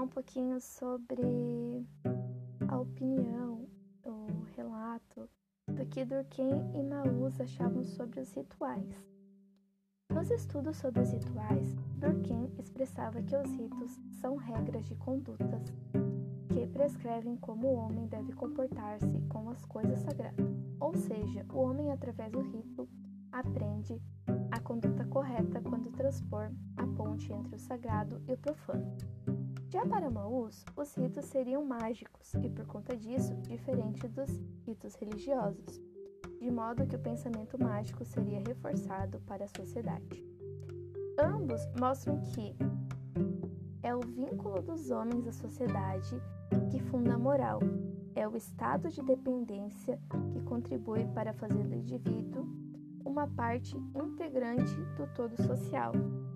um pouquinho sobre a opinião, o relato do que Durkheim e Mauss achavam sobre os rituais. Nos estudos sobre os rituais, Durkheim expressava que os ritos são regras de condutas que prescrevem como o homem deve comportar-se com as coisas sagradas. Ou seja, o homem, através do rito, aprende a conduta correta quando transpor a ponte entre o sagrado e o profano. Já para Mauss, os ritos seriam mágicos e, por conta disso, diferente dos ritos religiosos, de modo que o pensamento mágico seria reforçado para a sociedade. Ambos mostram que é o vínculo dos homens à sociedade que funda a moral, é o estado de dependência que contribui para fazer do indivíduo uma parte integrante do todo social,